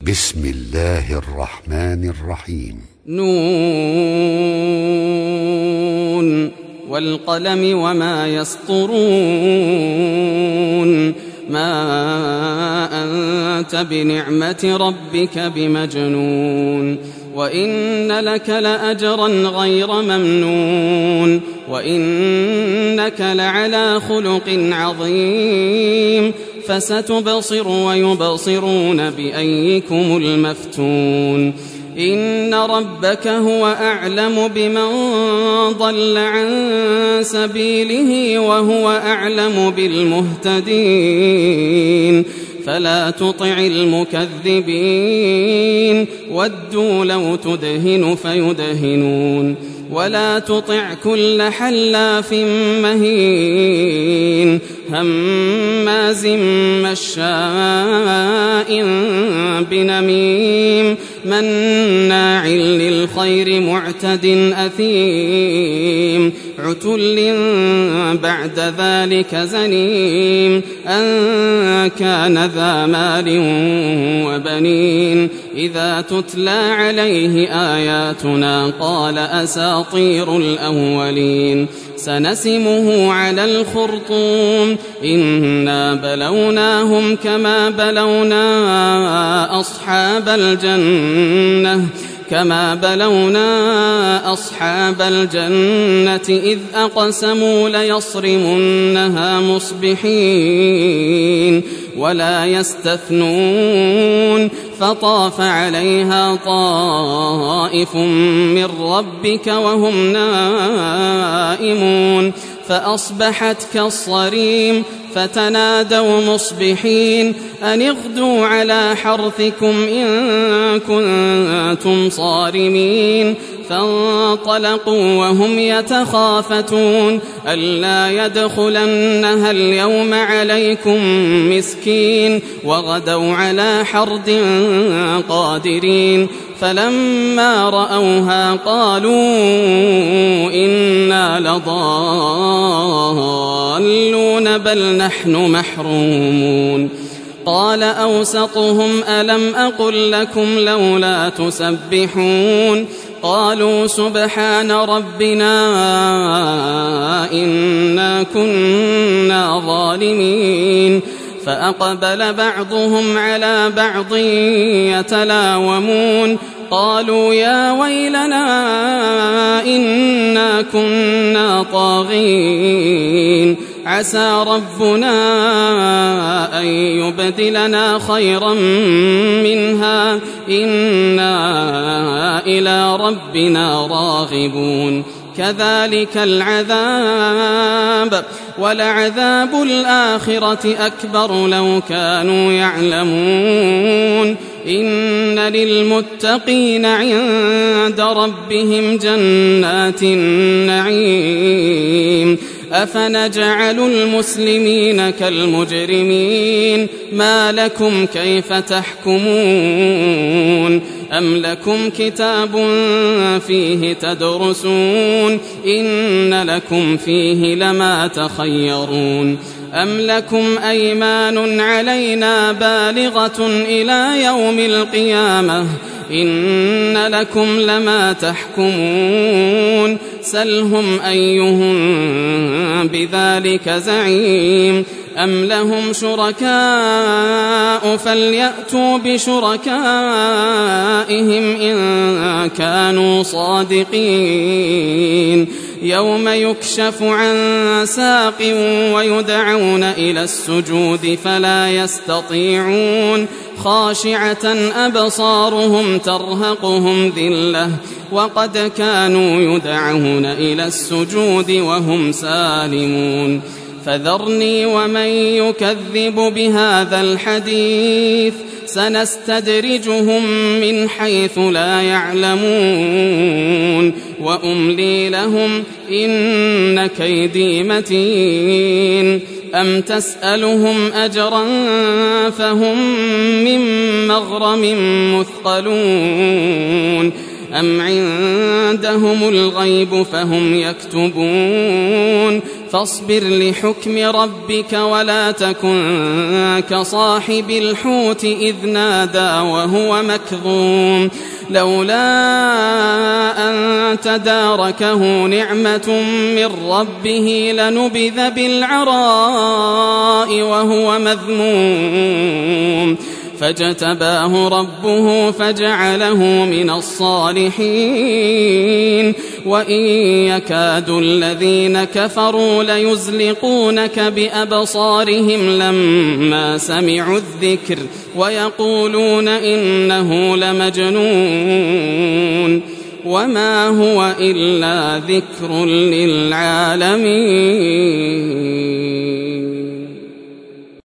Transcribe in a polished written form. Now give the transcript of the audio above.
بسم الله الرحمن الرحيم. نون والقلم وما يسطرون ما أنت بنعمة ربك بمجنون وإن لك لأجرا غير ممنون وإنك لعلى خلق عظيم فستبصر ويبصرون بأيكم المفتون إن ربك هو أعلم بمن ضل عن سبيله وهو أعلم بالمهتدين فلا تطع المكذبين ودوا لو تدهن فيدهنون ولا تطع كل حلاف مهين هماز مشاء بنميم مناع للخير معتد أثيم عتل بعد ذلك زنيم أن كان ذا مال وبنين إذا تتلى عليه آياتنا قال أساطير الأولين سنسمه على الخرطوم إنا بلوناهم كما بلونا أصحاب الجنة إذ أقسموا ليصرمنها مصبحين ولا يستثنون فطاف عليها طائف من ربك وهم نائمون فأصبحت كالصريم فتنادوا مصبحين أن اغدوا على حرثكم إن كنتم صارمين فانطلقوا وهم يتخافتون ألا يدخلنها اليوم عليكم مسكين وغدوا على حرد قادرين فلما رأوها قالوا إنا لضالون بل نحن محرومون قال أوسطهم ألم أقل لكم لولا تسبحون قالوا سبحان ربنا إنا كنا ظالمين فأقبل بعضهم على بعض يتلاومون قالوا يا ويلنا إنا كنا طاغين عسى ربنا أن يبدلنا خيرا منها إنا إلى ربنا راغبون كذلك العذاب ولعذاب الآخرة أكبر لو كانوا يعلمون إن للمتقين عند ربهم جنات النعيم أفنجعل المسلمين كالمجرمين ما لكم كيف تحكمون أم لكم كتاب فيه تدرسون إن لكم فيه لما تخيرون أم لكم أيمان علينا بالغة إلى يوم القيامة إن لكم لما تحكمون سلهم أيهم بذلك زعيم أم لهم شركاء فليأتوا بشركائهم إن كانوا صادقين يوم يكشف عن ساق ويدعون إلى السجود فلا يستطيعون خاشعة أبصارهم ترهقهم ذلة وقد كانوا يدعون إلى السجود وهم سالمون فذرني ومن يكذب بهذا الحديث سنستدرجهم من حيث لا يعلمون وأملي لهم إن كيدي متين أم تسألهم أجرا فهم من مغرم مثقلون أم عندهم الغيب فهم يكتبون فاصبر لحكم ربك ولا تكن كصاحب الحوت إذ نادى وهو مكظوم لولا أن تداركه نعمة من ربه لنبذ بالعراء وهو مذموم فاجتباه ربه فجعله من الصالحين وإن يكاد الذين كفروا ليزلقونك بأبصارهم لما سمعوا الذكر ويقولون إنه لمجنون وما هو إلا ذكر للعالمين.